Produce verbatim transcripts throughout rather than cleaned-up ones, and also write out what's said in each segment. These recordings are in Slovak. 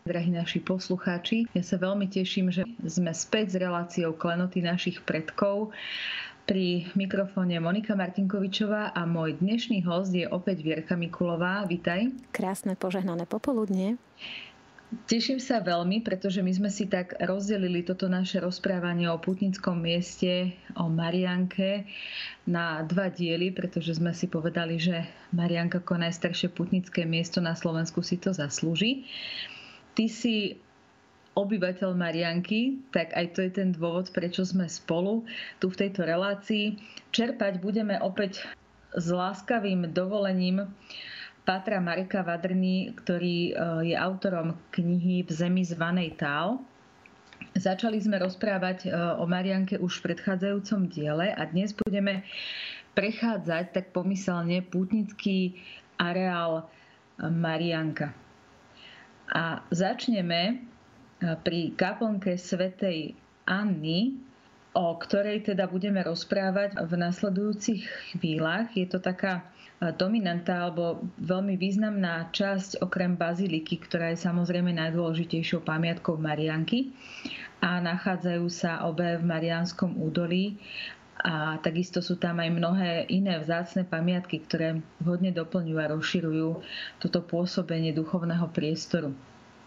Drahí naši poslucháči, ja sa veľmi teším, že sme späť s reláciou Klenoty našich predkov. Pri mikrofóne Monika Martinkovičová a môj dnešný host je opäť Vierka Mikulová. Vitaj. Krásne požehnané popoludnie. Teším sa veľmi, pretože my sme si tak rozdelili toto naše rozprávanie o pútnickom mieste, o Mariánke na dva diely, pretože sme si povedali, že Mariánka ako najstaršie pútnické miesto na Slovensku si to zaslúži. Ty si obyvateľ Mariánky, tak aj to je ten dôvod, prečo sme spolu tu v tejto relácii. Čerpať budeme opäť s láskavým dovolením Pátra Mareka Vadrny, ktorý je autorom knihy V zemi zvanej Tál. Začali sme rozprávať o Mariánke už v predchádzajúcom diele a dnes budeme prechádzať tak pomyselne pútnický areál Mariánka. A začneme pri kaplnke svätej Anny, o ktorej teda budeme rozprávať v nasledujúcich chvíľach. Je to taká dominanta alebo veľmi významná časť okrem baziliky, ktorá je samozrejme najdôležitejšou pamiatkou Mariánky. A nachádzajú sa obe v Mariánskom údolí. A takisto sú tam aj mnohé iné vzácne pamiatky, ktoré vhodne doplňujú a rozširujú toto pôsobenie duchovného priestoru.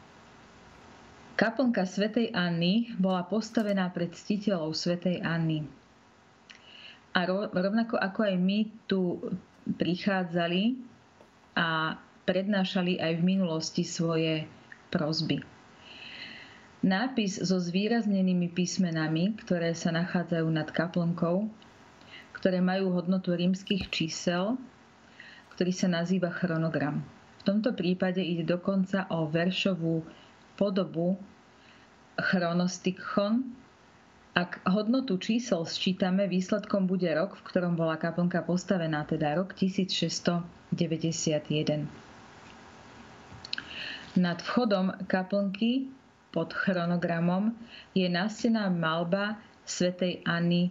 Kaplnka svätej Anny bola postavená pred ctiteľov svätej Anny. A rovnako ako aj my tu prichádzali a prednášali aj v minulosti svoje prosby. Nápis so zvýraznenými písmenami, ktoré sa nachádzajú nad kaplnkou, ktoré majú hodnotu rímskych čísel, ktorý sa nazýva chronogram. V tomto prípade ide dokonca o veršovú podobu chronostichon. Ak hodnotu čísel sčítame, výsledkom bude rok, v ktorom bola kaplnka postavená, teda rok tisícšesťstodeväťdesiatjeden. Nad vchodom kaplnky pod chronogramom je nástená maľba svätej Anny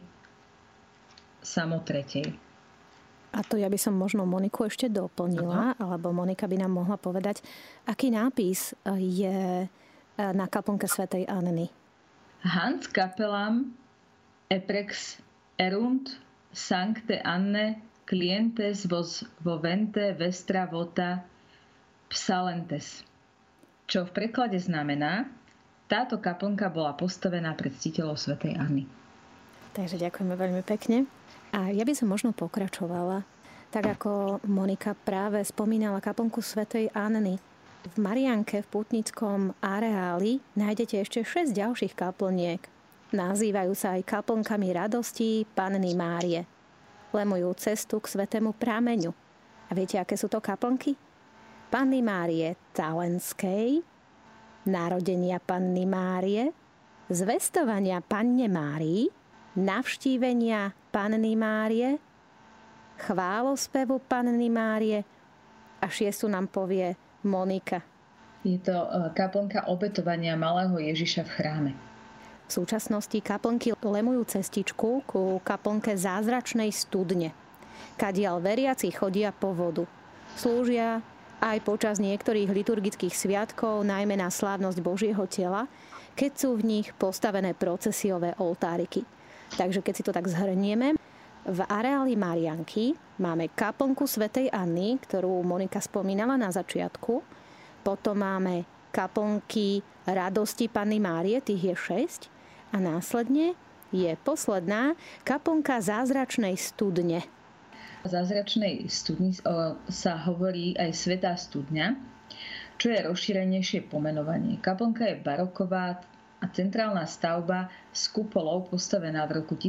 samotretej. A to ja by som možno Moniku ešte doplnila, Aha. alebo Monika by nám mohla povedať, aký nápis je na kaplnke svätej Anny. Hans Capellam eprex erunt sancte Anne clientes vos vovente vestra vota psalentes. Čo v preklade znamená: táto kaplnka bola postavená pred ctiteľov svätej Anny. Takže ďakujeme veľmi pekne. A ja by som možno pokračovala. Tak ako Monika práve spomínala kaplnku svätej Anny. V Mariánke v pútnickom areáli nájdete ešte šesť ďalších kaplniek. Nazývajú sa aj kaplnkami radosti Panny Márie. Lemujú cestu k svätému prameňu. A viete, aké sú to kaplnky? Panny Márie Talenskej, narodenia Panny Márie, zvestovania Panne Márii, navštívenia Panny Márie, chválospevu Panny Márie a šiestu nám povie Monika. Je to kaplnka obetovania malého Ježiša v chráme. V súčasnosti kaplnky lemujú cestičku ku kaplnke zázračnej studne, kadiaľ veriaci chodia po vodu. Slúžia aj počas niektorých liturgických sviatkov, najmä na slávnosť Božieho tela, keď sú v nich postavené procesiové oltáriky. Takže keď si to tak zhrnieme, v areáli Mariánky máme kaplnku svätej Anny, ktorú Monika spomínala na začiatku. Potom máme kaplnky radosti Panny Márie, tých je šesť. A následne je posledná kaplnka zázračnej studne. V zázračnej studni sa hovorí aj Svätá studňa, čo je rozšírenejšie pomenovanie. Kaplnka je baroková a centrálna stavba s kupolou postavená v roku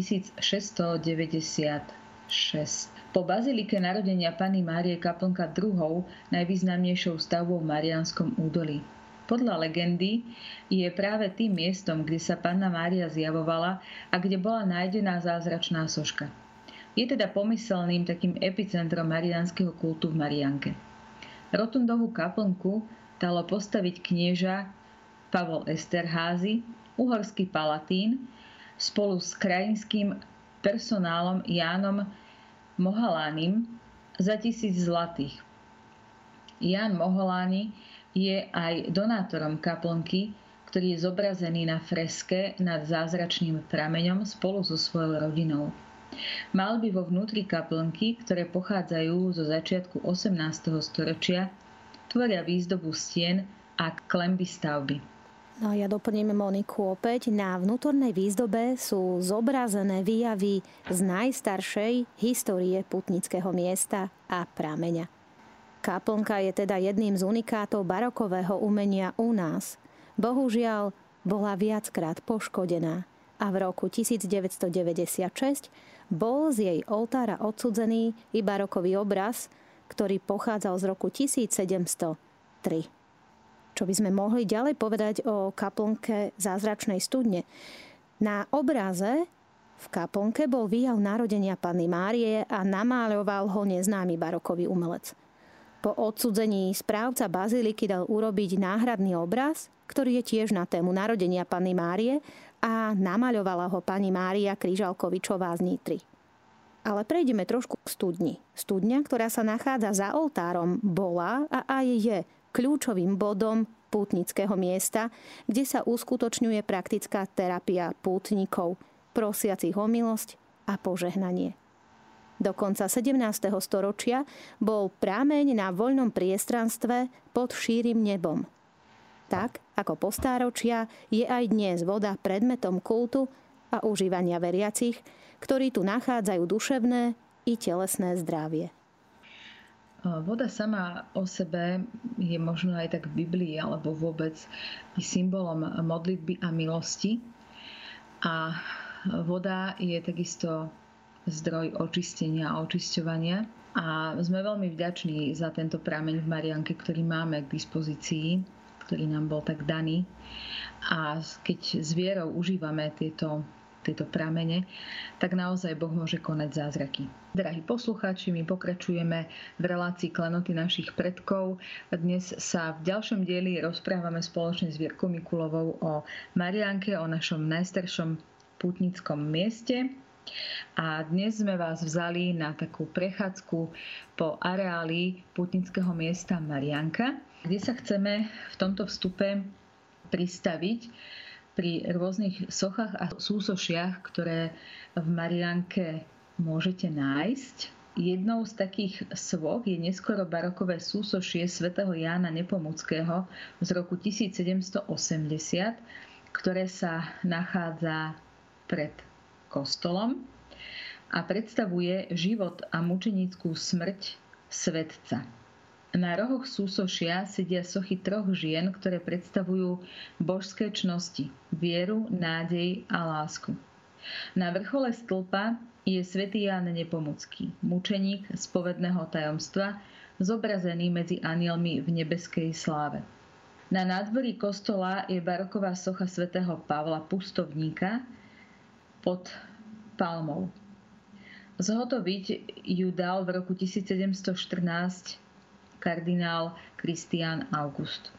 tisícšesťstodeväťdesiatšesť. Po bazilike narodenia Panny Márie kaplnka druhou najvýznamnejšou stavbou v Mariánskom údolí. Podľa legendy je práve tým miestom, kde sa Panna Mária zjavovala a kde bola nájdená zázračná soška. Je teda pomyselným takým epicentrom mariánskeho kultu v Mariánke. Rotundovú kaplnku dalo postaviť knieža Pavol Esterházy, uhorský palatín, spolu s krajinským personálom Jánom Mohalánim za tisíc zlatých. Ján Mohaláni Je aj donátorom kaplnky, ktorý je zobrazený na freske nad zázračným prameňom spolu so svojou rodinou. Maľby vo vnútri kaplnky, ktoré pochádzajú zo začiatku osemnásteho storočia, tvoria výzdobu stien a klenby stavby. No a ja doplním Moniku opäť. Na vnútornej výzdobe sú zobrazené výjavy z najstaršej histórie putnického miesta a prameňa. Kaplnka je teda jedným z unikátov barokového umenia u nás. Bohužiaľ, bola viackrát poškodená a v roku devätnásťstodeväťdesiatšesť bol z jej oltára odsudzený i barokový obraz, ktorý pochádzal z roku tisícsedemstotri. Čo by sme mohli ďalej povedať o kaplnke zázračnej studne? Na obraze v kaplnke bol výjav narodenia Panny Márie a namáľoval ho neznámy barokový umelec. Po odsudzení správca baziliky dal urobiť náhradný obraz, ktorý je tiež na tému narodenia Panny Márie a namaľovala ho pani Mária Kryžalkovičová z Nitry. Ale prejdeme trošku k studni. Studňa, ktorá sa nachádza za oltárom, bola a aj je kľúčovým bodom pútnického miesta, kde sa uskutočňuje praktická terapia pútnikov, prosiacich o milosť a požehnanie. Do konca sedemnásteho storočia bol prameň na voľnom priestranstve pod šírim nebom. Tak, ako po stáročia, je aj dnes voda predmetom kultu a užívania veriacich, ktorí tu nachádzajú duševné i telesné zdravie. Voda sama o sebe je možno aj tak v Biblii alebo vôbec symbolom modlitby a milosti. A voda je takisto zdroj očistenia a očisťovania. A sme veľmi vďační za tento prameň v Marianke, ktorý máme k dispozícii, ktorý nám bol tak daný. A keď s vierou užívame tieto tieto pramene, tak naozaj Boh môže konať zázraky. Drahí poslucháči, my pokračujeme v relácii Klenoty našich predkov. Dnes sa v ďalšom dieli rozprávame spoločne s Vierkou Mikulovou o Marianke, o našom najstaršom pútnickom mieste. A dnes sme vás vzali na takú prechádzku po areáli pútnického miesta Marianka, kde sa chceme v tomto vstupe pristaviť pri rôznych sochách a súsošiach, ktoré v Marianke môžete nájsť. Jednou z takých soch je neskoro barokové súsošie svätého Jána Nepomuckého z roku tisícsedemstoosemdesiat, ktoré sa nachádza pred kostolom a predstavuje život a mučenickú smrť svätca. Na rohoch súsošia sedia sochy troch žien, ktoré predstavujú božské čnosti, vieru, nádej a lásku. Na vrchole stĺpa je svätý Ján Nepomucký, mučeník spovedného tajomstva, zobrazený medzi anjelmi v nebeskej sláve. Na nádvorí kostola je baroková socha svätého Pavla Pustovníka pod palmou. Zhotoviť ju dal v roku tisícsedemstoštrnásť kardinál Kristián August.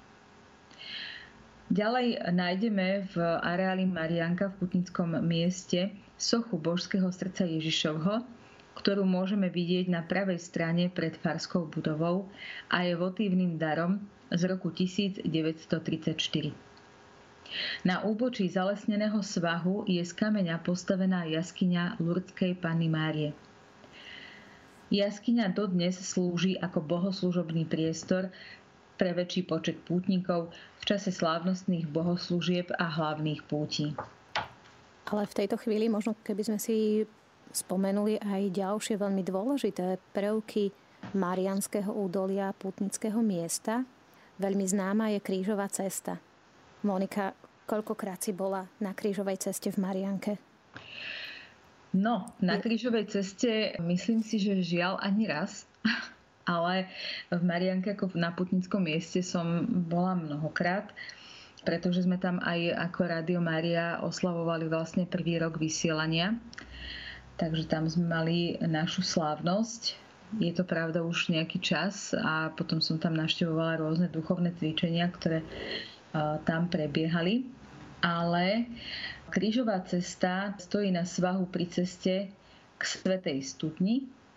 Ďalej nájdeme v areáli Marianka v putnickom mieste sochu božského srdca Ježišovho, ktorú môžeme vidieť na pravej strane pred farskou budovou a je votívnym darom z roku tisícdeväťstotridsaťštyri. Na úbočí zalesneného svahu je z kameňa postavená jaskyňa Lurdskej Panny Márie. Jaskyňa dodnes slúži ako bohoslužobný priestor pre väčší počet pútnikov v čase slávnostných bohoslúžieb a hlavných pútí. Ale v tejto chvíli možno keby sme si spomenuli aj ďalšie veľmi dôležité prvky Marianského údolia pútnického miesta. Veľmi známa je krížová cesta. Monika, koľkokrát si bola na krížovej ceste v Marianke? No, na krížovej ceste myslím si, že žiaľ ani raz, ale v Marianke ako na putnickom mieste som bola mnohokrát, pretože sme tam aj ako Rádio Mária oslavovali vlastne prvý rok vysielania. Takže tam sme mali našu slávnosť. Je to pravda už nejaký čas a potom som tam navštevovala rôzne duchovné cvičenia, ktoré tam prebiehali. Ale krížová cesta stojí na svahu pri ceste k Svätej studni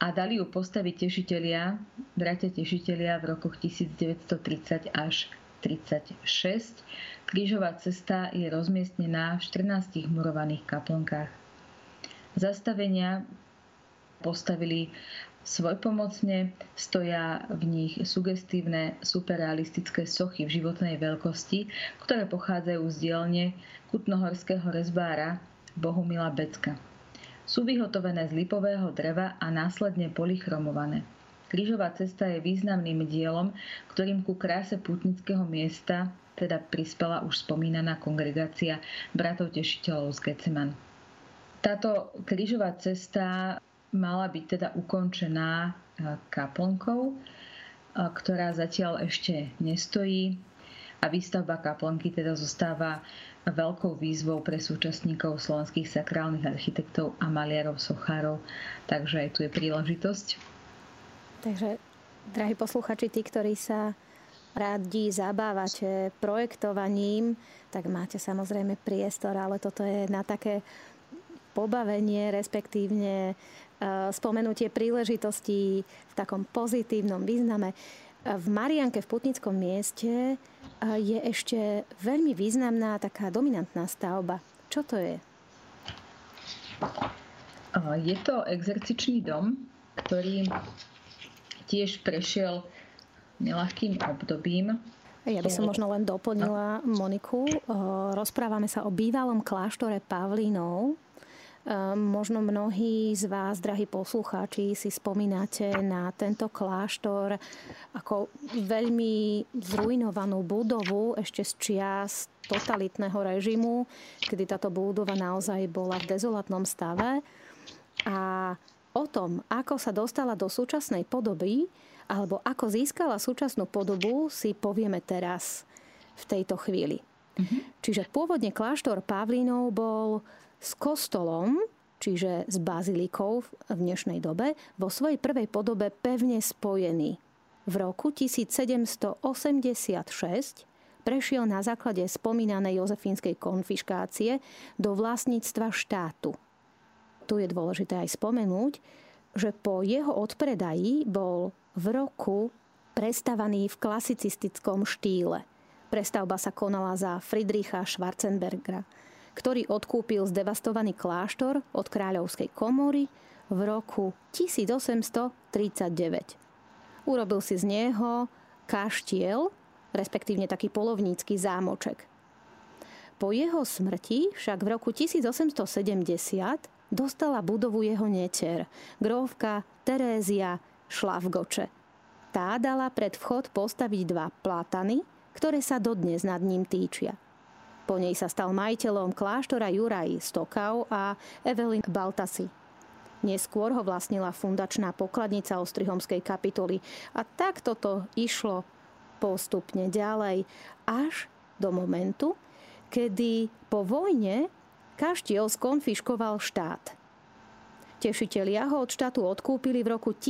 a dali ju postaviť tešitelia, bratia tešitelia v rokoch devätnásťtridsať až tridsaťšesť. Krížová cesta je rozmiestnená v štrnástich murovaných kaplnkách. Zastavenia postavili svojpomocne, stoja v nich sugestívne superrealistické sochy v životnej veľkosti, ktoré pochádzajú z dielne kutnohorského rezbára Bohumila Becka. Sú vyhotovené z lipového dreva a následne polychromované. Krížová cesta je významným dielom, ktorým ku kráse pútnického miesta teda prispela už spomínaná kongregácia bratov tešiteľov z Geceman. Táto krížová cesta mala byť teda ukončená kaplnkou, ktorá zatiaľ ešte nestojí a výstavba kaplnky teda zostáva veľkou výzvou pre súčasníkov slovenských sakrálnych architektov a maliarov, sochárov, takže aj tu je príležitosť. Takže, drahí posluchači, tí, ktorí sa rádi zabávate projektovaním, tak máte samozrejme priestor, ale toto je na také pobavenie, respektívne spomenutie príležitostí v takom pozitívnom význame. V Mariánke v Pútnickom mieste je ešte veľmi významná taká dominantná stavba. Čo to je? Je to exercičný dom, ktorý tiež prešiel neľahkým obdobím. Ja by som možno len doplnila Moniku. Rozprávame sa o bývalom kláštore Pavlínov. Možno mnohí z vás, drahí poslucháči, si spomínate na tento kláštor ako veľmi zrujnovanú budovu ešte z čias totalitného režimu, kedy táto budova naozaj bola v dezolátnom stave. A o tom, ako sa dostala do súčasnej podoby, alebo ako získala súčasnú podobu, si povieme teraz v tejto chvíli. Mm-hmm. Čiže pôvodne kláštor Pavlínov bol s kostolom, čiže s bazilikou v dnešnej dobe, vo svojej prvej podobe pevne spojený. V roku tisícsedemstoosemdesiatšesť prešiel na základe spomínanej jozefínskej konfiškácie do vlastníctva štátu. Tu je dôležité aj spomenúť, že po jeho odpredaji bol v roku prestavaný v klasicistickom štýle. Prestavba sa konala za Friedricha Schwarzenbergera, ktorý odkúpil zdevastovaný kláštor od kráľovskej komory v roku tisícosemstotridsaťdeväť. Urobil si z neho kaštiel, respektívne taký polovnícky zámoček. Po jeho smrti však v roku tisícosemstosedemdesiat dostala budovu jeho neter, grófka Terézia Šlavgoče. Tá dala pred vchod postaviť dva platany, ktoré sa dodnes nad ním týčia. Po nej sa stal majiteľom kláštora Juraj Stokau a Evelyn Baltasi. Neskôr ho vlastnila fundačná pokladnica Ostrihomskej kapituly a takto to išlo postupne ďalej až do momentu, kedy po vojne kaštiel skonfiškoval štát. Tešitelia ho od štátu odkúpili v roku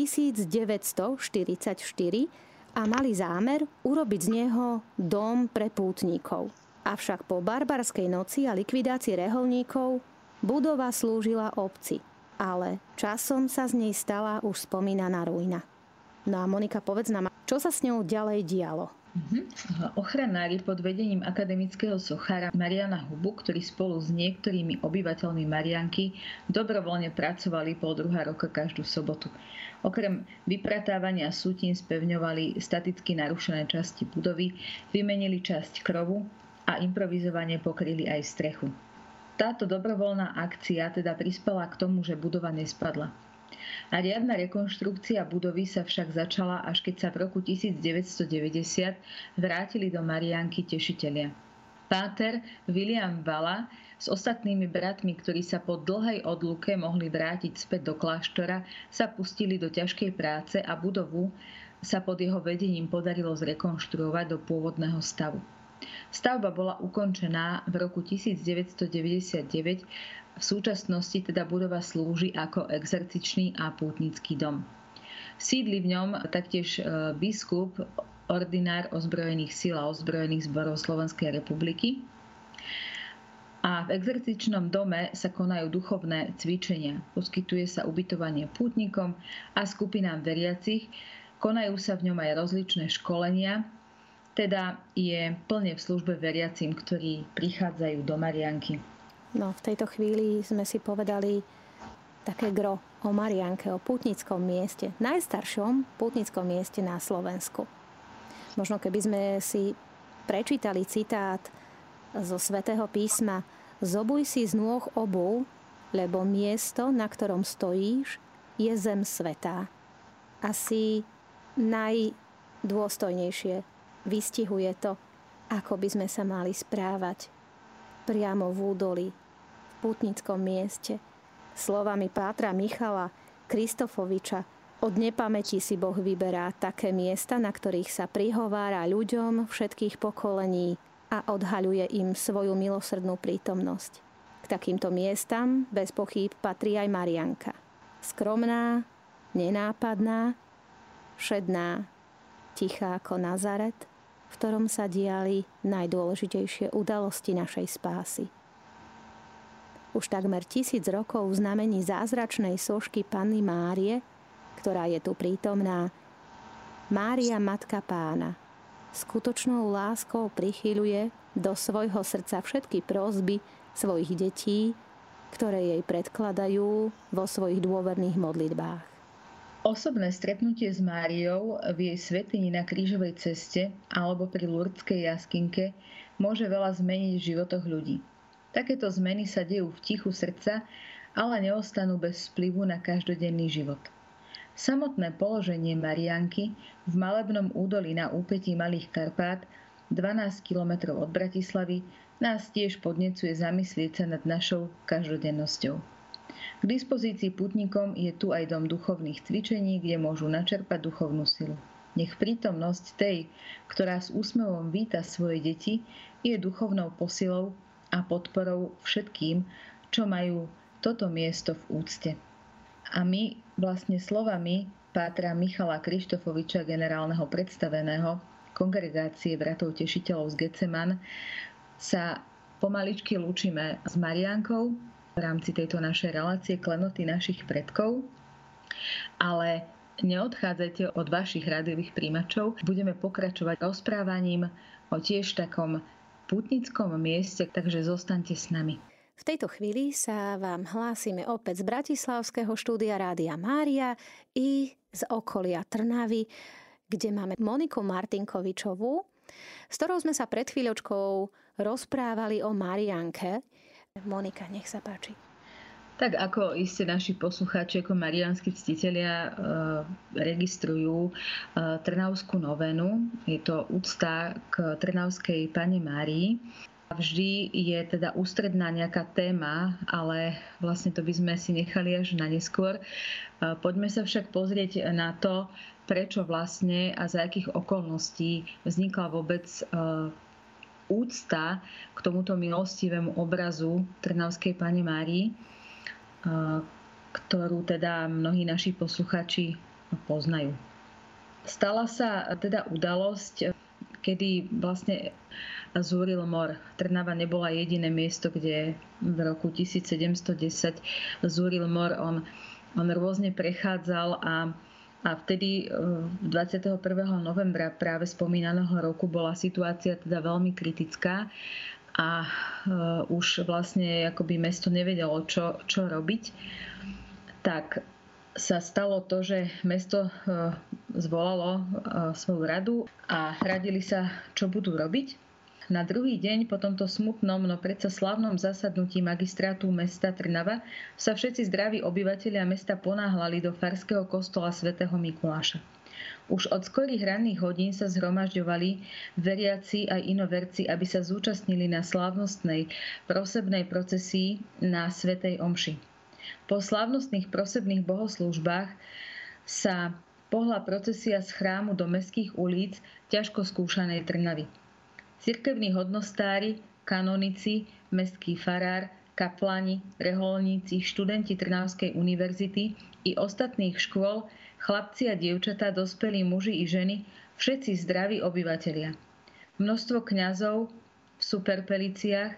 tisícdeväťstoštyridsaťštyri a mali zámer urobiť z neho dom pre pútnikov. Avšak po barbarskej noci a likvidácii reholníkov budova slúžila obci, ale časom sa z nej stala už spomínaná ruina. No a Monika, povedz nám, čo sa s ňou ďalej dialo? Uh-huh. Ochranári pod vedením akademického sochára Mariana Hubu, ktorí spolu s niektorými obyvateľmi Marianky dobrovoľne pracovali pol druhá roka každú sobotu. Okrem vypratávania sútín spevňovali staticky narušené časti budovy, vymenili časť krovu a improvizovane pokryli aj strechu. Táto dobrovoľná akcia teda prispela k tomu, že budova nespadla. A riadna rekonštrukcia budovy sa však začala, až keď sa v roku tisícdeväťstodeväťdesiat vrátili do Mariánky tešitelia. Páter William Bala s ostatnými bratmi, ktorí sa po dlhej odluke mohli vrátiť späť do kláštora, sa pustili do ťažkej práce a budovu sa pod jeho vedením podarilo zrekonštruovať do pôvodného stavu. Stavba bola ukončená v roku tisícdeväťstodeväťdesiatdeväť. V súčasnosti teda budova slúži ako exercičný a pútnický dom. Sídli v ňom taktiež biskup, ordinár ozbrojených síl a ozbrojených zborov Slovenskej republiky. A v exercičnom dome sa konajú duchovné cvičenia. Poskytuje sa ubytovanie pútnikom a skupinám veriacich. Konajú sa v ňom aj rozličné školenia. Teda je plne v službe veriacim, ktorí prichádzajú do Marianky. No, v tejto chvíli sme si povedali také gro o Marianke, o pútnickom mieste, najstaršom pútnickom mieste na Slovensku. Možno keby sme si prečítali citát zo Svätého písma: Zobuj si z nôh obuv, lebo miesto, na ktorom stojíš, je zem svätá. Asi najdôstojnejšie vystihuje to, ako by sme sa mali správať priamo v údolí, v pútnickom mieste. Slovami pátra Michala Kristofoviča: od nepamäti si Boh vyberá také miesta, na ktorých sa prihovára ľuďom všetkých pokolení a odhaľuje im svoju milosrdnú prítomnosť. K takýmto miestam bez pochýb patrí aj Marianka. Skromná, nenápadná, všedná, tichá ako Nazaret, v ktorom sa diali najdôležitejšie udalosti našej spásy. Už takmer tisíc rokov v znamení zázračnej sošky Panny Márie, ktorá je tu prítomná, Mária, Matka Pána, skutočnou láskou prichýľuje do svojho srdca všetky prosby svojich detí, ktoré jej predkladajú vo svojich dôverných modlitbách. Osobné stretnutie s Máriou v jej svätyni na krížovej ceste alebo pri Lurdskej jaskinke môže veľa zmeniť v životoch ľudí. Takéto zmeny sa dejú v tichu srdca, ale neostanú bez vplyvu na každodenný život. Samotné položenie Marianky v malebnom údolí na úpetí Malých Karpát, dvanásť kilometrov od Bratislavy, nás tiež podnecuje zamyslieť sa nad našou každodennosťou. K dispozícii pútnikom je tu aj dom duchovných cvičení, kde môžu načerpať duchovnú silu. Nech prítomnosť tej, ktorá s úsmevom víta svoje deti, je duchovnou posilou a podporou všetkým, čo majú toto miesto v úcte. A my vlastne slovami pátra Michala Krištofoviča, generálneho predstaveného kongregácie bratov tešiteľov z Getseman, sa pomaličky lúčime s Mariankou v rámci tejto našej relácie Klenoty našich predkov. Ale neodchádzajte od vašich rádiových príjimačov. Budeme pokračovať rozprávaním o tiež takom pútnickom mieste, takže zostaňte s nami. V tejto chvíli sa vám hlásime opäť z bratislavského štúdia Rádia Mária i z okolia Trnavy, kde máme Moniku Martinkovičovú, s ktorou sme sa pred chvíľočkou rozprávali o Marianke. Monika, nech sa páči. Tak ako iste naši poslucháči ako mariánski ctitelia e, registrujú e, Trnavskú novenu. Je to úcta k Trnavskej Panne Márii. Vždy je teda ústredná nejaká téma, ale vlastne to by sme si nechali až na neskôr. E, poďme sa však pozrieť na to, prečo vlastne a za akých okolností vznikla vôbec e, úcta k tomuto milostivému obrazu Trnavskej Panny Márii, ktorú teda mnohí naši posluchači poznajú. Stala sa teda udalosť, kedy vlastne zúril mor. Trnava nebola jediné miesto, kde v roku tisícsedemstodesať zúril mor. On, on rôzne prechádzal a, a vtedy dvadsiateho prvého novembra práve spomínaného roku bola situácia teda veľmi kritická. A uh, už vlastne akoby mesto nevedelo, čo, čo robiť, tak sa stalo to, že mesto uh, zvolalo uh, svoju radu a radili sa, čo budú robiť. Na druhý deň po tomto smutnom, no predsa slávnom zasadnutí magistrátu mesta Trnava sa všetci zdraví obyvatelia mesta ponáhľali do farského kostola svätého Mikuláša. Už od skorých ranných hodín sa zhromažďovali veriaci aj inoverci, aby sa zúčastnili na slávnostnej prosebnej procesii na svätej omši. Po slávnostných prosebných bohoslúžbách sa pohla procesia z chrámu do mestských ulic ťažko skúšanej Trnavy. Cirkevní hodnostári, kanonici, mestský farár, kaplani, reholníci, študenti Trnavskej univerzity i ostatných škôl, chlapci a dievčatá, dospelí muži i ženy, všetci zdraví obyvatelia. Množstvo kňazov v superpeliciách,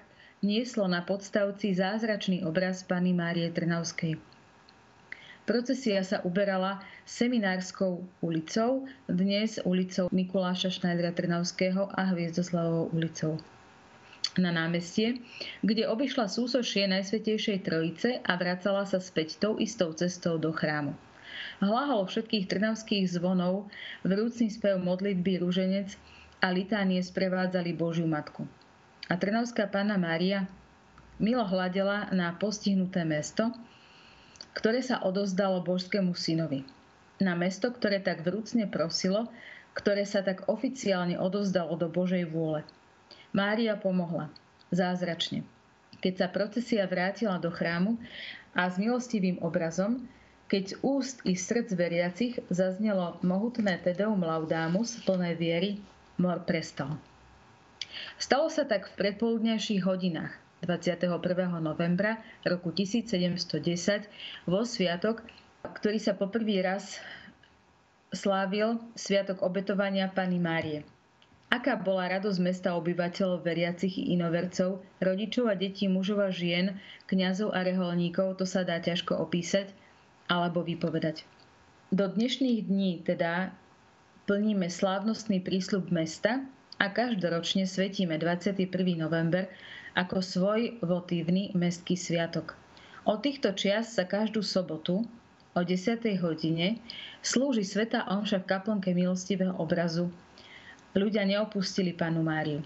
nieslo na podstavci zázračný obraz Panny Márie Trnavskej. Procesia sa uberala Seminárskou ulicou, dnes ulicou Mikuláša Šnajdra Trnavského a Hviezdoslavovou ulicou na námestie, kde obišla súsošie Najsvätejšej Trojice a vracala sa späť tou istou cestou do chrámu. Hláhol všetkých trnavských zvonov, vrúcný spev modlitby Ruženec a litánie sprevádzali Božiu Matku. A Trnavská Panna Mária milo hľadela na postihnuté mesto, ktoré sa odovzdalo Božskému synovi. Na mesto, ktoré tak vrúcne prosilo, ktoré sa tak oficiálne odovzdalo do Božej vôle. Mária pomohla. Zázračne. Keď sa procesia vrátila do chrámu a s milostivým obrazom, keď z úst i srdc veriacich zaznelo mohutné Te Deum Laudamus plné viery, mor prestal. Stalo sa tak v predpoludňajších hodinách dvadsiateho prvého novembra roku tisícsedemstodesať vo sviatok, ktorý sa poprvý raz slávil, sviatok obetovania Panny Márie. Aká bola radosť mesta obyvateľov, veriacich i inovercov, rodičov a detí, mužov a žien, kňazov a reholníkov, to sa dá ťažko opísať alebo vypovedať. Do dnešných dní teda plníme slávnostný prísľub mesta a každoročne svetíme dvadsiateho prvého november ako svoj votívny mestský sviatok. Od týchto čias sa každú sobotu o desiatej hodine slúži svätá omša v kaplnke milostivého obrazu. Ľudia neopustili Pannu Máriu.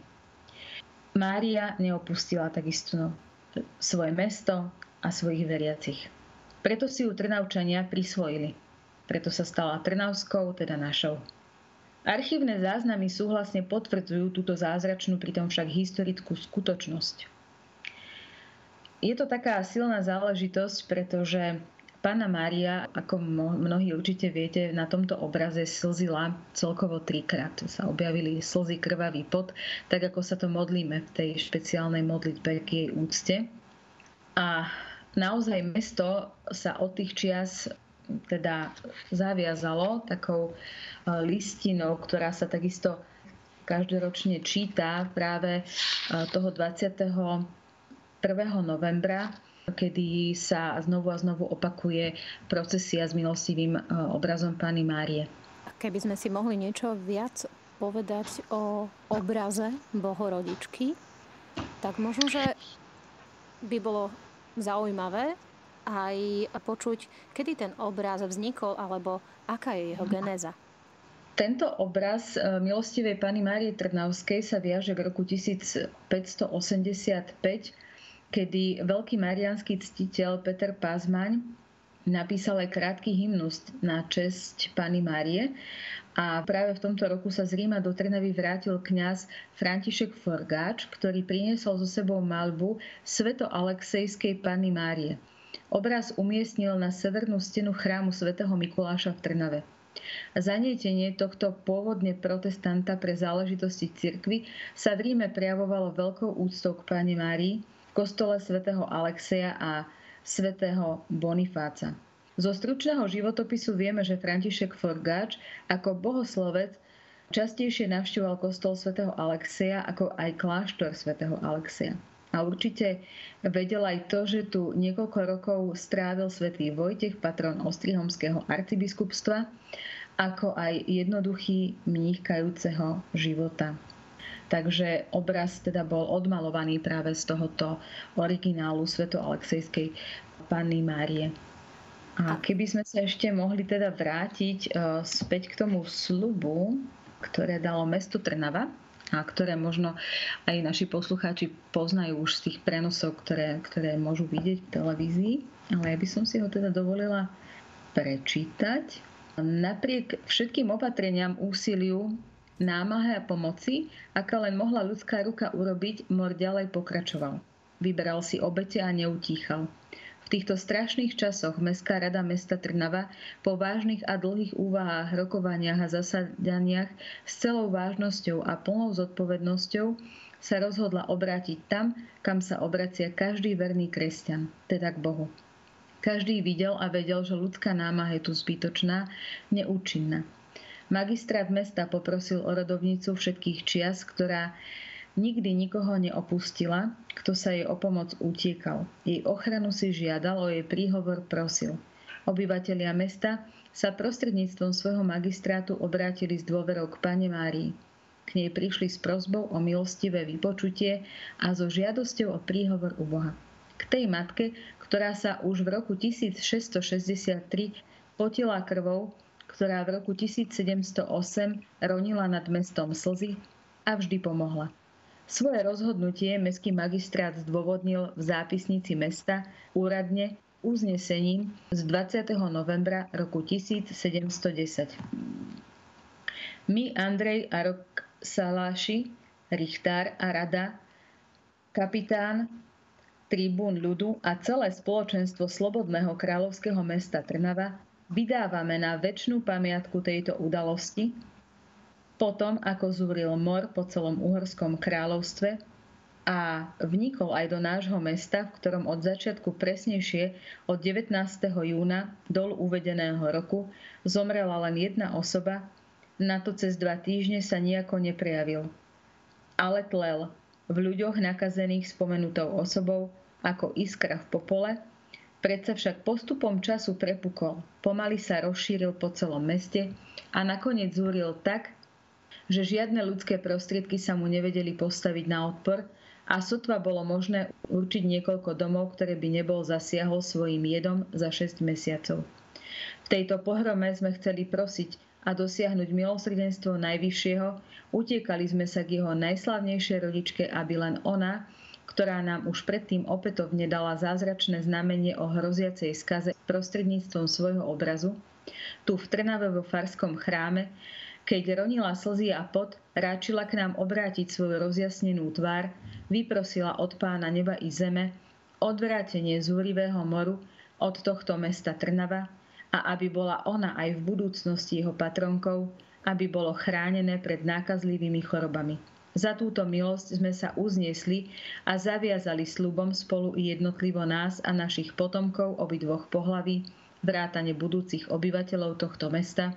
Mária neopustila takisto svoje mesto a svojich veriacich. Preto si ju Trnavčania prisvojili. Preto sa stala Trnavskou, teda našou. Archívne záznamy súhlasne potvrdzujú túto zázračnú, pritom však historickú skutočnosť. Je to taká silná záležitosť, pretože Panna Mária, ako mnohí určite viete, na tomto obraze slzila celkovo trikrát. Sa objavili slzy, krvavý pot, tak ako sa to modlíme v tej špeciálnej modlitbe k jej úcte. A naozaj mesto sa od tých čias teda zaviazalo takou listinou, ktorá sa takisto každoročne číta práve toho dvadsiateho prvého novembra, kedy sa znovu a znovu opakuje procesia s milostivým obrazom Panny Márie. Keby sme si mohli niečo viac povedať o obraze Bohorodičky, tak možno, že by bolo zaujímavé aj počuť, kedy ten obraz vznikol, alebo aká je jeho genéza. Tento obraz milostivej Panny Márie Trnavskej sa viaže k roku tisícpäťstoosemdesiatpäť, kedy veľký mariánsky ctiteľ Peter Pázmaň napísal aj krátky hymnus na česť Panny Márie. A práve v tomto roku sa z Ríma do Trnavy vrátil kňaz František Forgáč, ktorý priniesol so sebou maľbu Sveto-Aleksejskej Panny Márie. Obraz umiestnil na severnú stenu chrámu svätého Mikuláša v Trnave. Zanietenie tohto pôvodne protestanta pre záležitosti cirkvi sa v Ríme prejavovalo veľkou úctou k Panne Márii v kostole svätého Alexeja a svätého Bonifáca. Zo stručného životopisu vieme, že František Forgáč ako bohoslovec častejšie navštevoval kostol svätého Alexeja ako aj kláštor svätého Alexeja. A určite vedel aj to, že tu niekoľko rokov strávil svätý Vojtech, patron Ostrihomského arcibiskupstva, ako aj jednoduchý mních kajúceho života. Takže obraz teda bol odmalovaný práve z tohoto originálu Sveto-Alexejskej Panny Márie. A keby sme sa ešte mohli teda vrátiť späť k tomu sľubu, ktoré dalo mesto Trnava, a ktoré možno aj naši poslucháči poznajú už z tých prenosov, ktoré, ktoré môžu vidieť v televízii. Ale ja by som si ho teda dovolila prečítať. Napriek všetkým opatreniam, úsiliu, námahe a pomoci, aká len mohla ľudská ruka urobiť, mor ďalej pokračoval. Vyberal si obete a neutíchal. V týchto strašných časoch Mestská rada mesta Trnava po vážnych a dlhých úvahách, rokovaniach a zasadaniach s celou vážnosťou a plnou zodpovednosťou sa rozhodla obrátiť tam, kam sa obracia každý verný kresťan, teda k Bohu. Každý videl a vedel, že ľudská námaha je tu zbytočná, neúčinná. Magistrát mesta poprosil o rodovnicu všetkých čias, ktorá Nikdy nikoho neopustila, kto sa jej o pomoc utiekal. Jej ochranu si žiadal, o jej príhovor prosil. Obyvatelia mesta sa prostredníctvom svojho magistrátu obrátili s dôverou k Panne Márii. K nej prišli s prosbou o milostivé vypočutie a so žiadosťou o príhovor u Boha. K tej matke, ktorá sa už v roku tisícšesťstošesťdesiattri potila krvou, ktorá v roku tisícsedemstoosem ronila nad mestom slzy a vždy pomohla. Svoje rozhodnutie mestský magistrát zdôvodnil v zápisnici mesta úradne uznesením z dvadsiateho novembra roku tisícsedemstodesať. My, Andrej a Roksaláši, Richtár a rada, kapitán, tribún ľudu a celé spoločenstvo Slobodného kráľovského mesta Trnava vydávame na večnú pamiatku tejto udalosti, potom, ako zúril mor po celom Uhorskom kráľovstve a vnikol aj do nášho mesta, v ktorom od začiatku presnejšie od devätnásteho júna dolu uvedeného roku zomrela len jedna osoba, na to cez dva týždne sa nejako neprejavil. Ale tlel v ľuďoch nakazených spomenutou osobou ako iskra v popole, predsa však postupom času prepukol, pomaly sa rozšíril po celom meste a nakoniec zúril tak, že žiadne ľudské prostriedky sa mu nevedeli postaviť na odpor a sotva bolo možné určiť niekoľko domov, ktoré by nebol zasiahol svojím jedom za šesť mesiacov. V tejto pohrome sme chceli prosiť a dosiahnuť milosrdenstvo Najvyššieho, utiekali sme sa k jeho najslavnejšej rodičke, aby len ona, ktorá nám už predtým opätovne dala zázračné znamenie o hroziacej skaze prostredníctvom svojho obrazu, tu v Trnave vo farskom chráme, keď ronila slzy a pot, ráčila k nám obrátiť svoju rozjasnenú tvár, vyprosila od Pána neba i zeme odvrátenie zúrivého moru od tohto mesta Trnava a aby bola ona aj v budúcnosti jeho patronkou, aby bolo chránené pred nákazlivými chorobami. Za túto milosť sme sa uzniesli a zaviazali sľubom spolu i jednotlivo nás a našich potomkov obidvoch pohlaví, vrátane budúcich obyvateľov tohto mesta,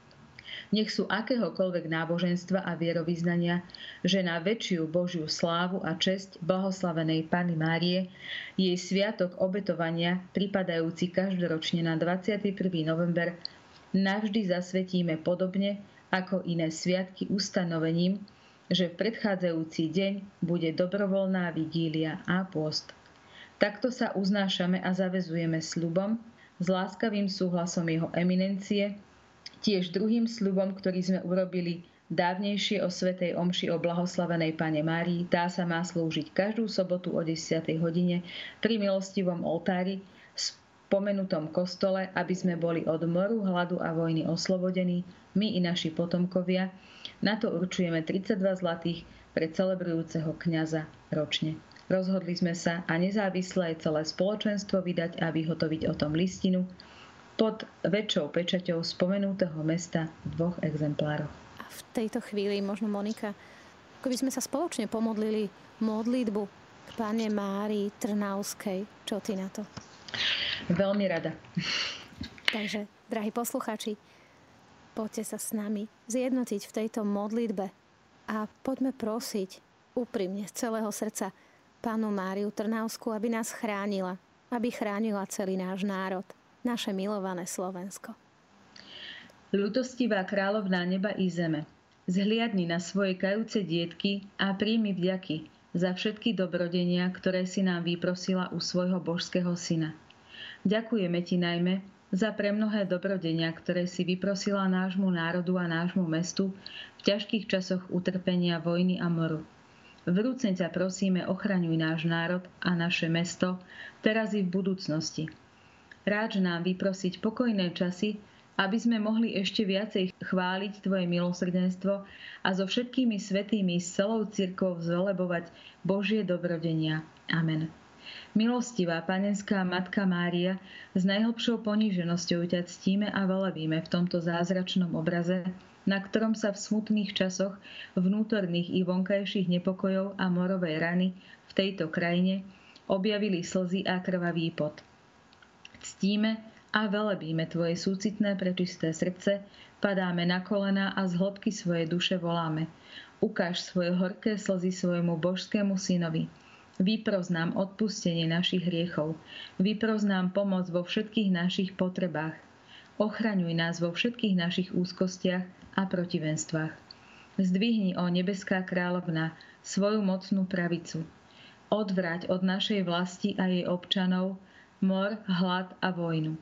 nech sú akéhokoľvek náboženstva a vierovyznania, že na väčšiu Božiu slávu a česť blahoslavenej Panny Márie jej sviatok obetovania, pripadajúci každoročne na dvadsiateho prvého november, navždy zasvetíme podobne ako iné sviatky ustanovením, že v predchádzajúci deň bude dobrovoľná vigília a pôst. Takto sa uznášame a zavezujeme sľubom, s láskavým súhlasom jeho eminencie, tiež druhým sľubom, ktorý sme urobili dávnejšie o svätej omši o blahoslavenej Panne Márii, tá sa má slúžiť každú sobotu o desiatej hodine pri milostivom oltári v spomenutom kostole, aby sme boli od moru, hladu a vojny oslobodení, my i naši potomkovia. Na to určujeme tridsaťdva zlatých pre celebrujúceho kňaza ročne. Rozhodli sme sa a nezávisle aj celé spoločenstvo vydať a vyhotoviť o tom listinu pod väčšou pečaťou spomenutého mesta v dvoch exemplároch. A v tejto chvíli možno, Monika, ako by sme sa spoločne pomodlili modlitbu k Panne Márii Trnavskej. Čo ty na to? Veľmi rada. Takže, drahí poslucháči, poďte sa s nami zjednotiť v tejto modlitbe a poďme prosiť úprimne z celého srdca Pannu Máriu Trnavskú, aby nás chránila, aby chránila celý náš národ, naše milované Slovensko. Ľutostivá kráľovná neba i zeme, zhliadni na svoje kajúce dietky a príjmi vďaky za všetky dobrodenia, ktoré si nám vyprosila u svojho božského syna. Ďakujeme ti najmä za premnohé dobrodenia, ktoré si vyprosila nášmu národu a nášmu mestu v ťažkých časoch utrpenia, vojny a moru. Vrúcne ťa prosíme, ochraňuj náš národ a naše mesto, teraz i v budúcnosti. Ráč nám vyprosiť pokojné časy, aby sme mohli ešte viacej chváliť tvoje milosrdenstvo a so všetkými svätými s celou cirkvou zvelebovať Božie dobrodenia. Amen. Milostivá panenská Matka Mária, s najhlbšou poníženosťou ťa ctíme a velebíme v tomto zázračnom obraze, na ktorom sa v smutných časoch vnútorných i vonkajších nepokojov a morovej rany v tejto krajine objavili slzy a krvavý pot. Ctíme a velebíme tvoje súcitné prečisté srdce, padáme na kolená a z hĺbky svojej duše voláme: Ukáž svoje horké slzy svojmu božskému synovi. Vypros nám odpustenie našich hriechov. Vypros nám pomoc vo všetkých našich potrebách. Ochraňuj nás vo všetkých našich úzkostiach a protivenstvách. Zdvihni, ó nebeská kráľovna, svoju mocnú pravicu. Odvrať od našej vlasti a jej občanov mor, hlad a vojnu.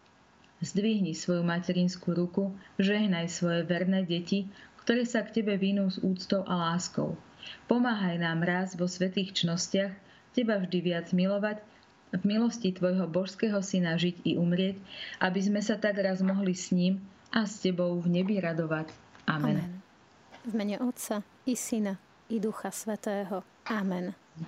Zdvihni svoju materinskú ruku, žehnaj svoje verné deti, ktoré sa k Tebe vinú s úctou a láskou. Pomáhaj nám raz vo svätých čnostiach, Teba vždy viac milovať, v milosti Tvojho božského syna žiť i umrieť, aby sme sa tak raz mohli s ním a s Tebou v nebi radovať. Amen. Amen. V mene Otca i Syna i Ducha Svätého. Amen.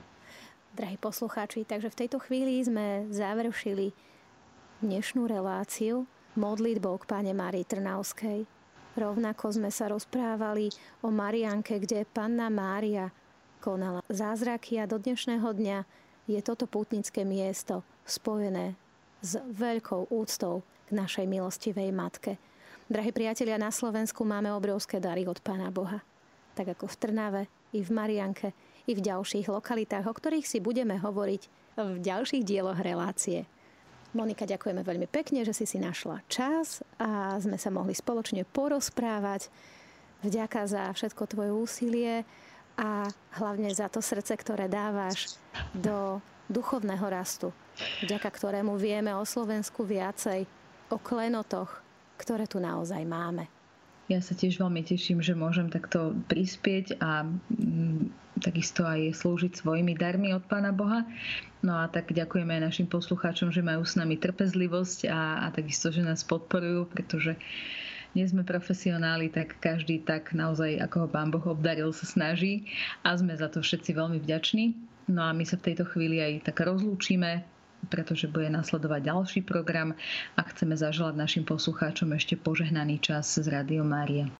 Drahí poslucháči, takže v tejto chvíli sme završili dnešnú reláciu modlitbou k Panne Márii Trnavskej. Rovnako sme sa rozprávali o Mariánke, kde Panna Mária konala zázraky a do dnešného dňa je toto pútnické miesto spojené s veľkou úctou k našej milostivej matke. Drahí priatelia, na Slovensku máme obrovské dary od Pána Boha. Tak ako v Trnave, i v Marianke, i v ďalších lokalitách, o ktorých si budeme hovoriť v ďalších dieloch relácie. Monika, ďakujeme veľmi pekne, že si si našla čas a sme sa mohli spoločne porozprávať. Vďaka za všetko tvoje úsilie a hlavne za to srdce, ktoré dávaš do duchovného rastu, vďaka ktorému vieme o Slovensku viacej, o klenotoch, ktoré tu naozaj máme. Ja sa tiež veľmi teším, že môžem takto prispieť a mm, takisto aj slúžiť svojimi darmi od Pána Boha. No a tak ďakujeme aj našim poslucháčom, že majú s nami trpezlivosť a, a takisto, že nás podporujú, pretože nie sme profesionáli, tak každý tak naozaj, ako ho Pán Boh obdaril, sa snaží a sme za to všetci veľmi vďační. No a my sa v tejto chvíli aj tak rozlúčime, pretože bude nasledovať ďalší program a chceme zaželať našim poslucháčom ešte požehnaný čas z Rádiom Mária.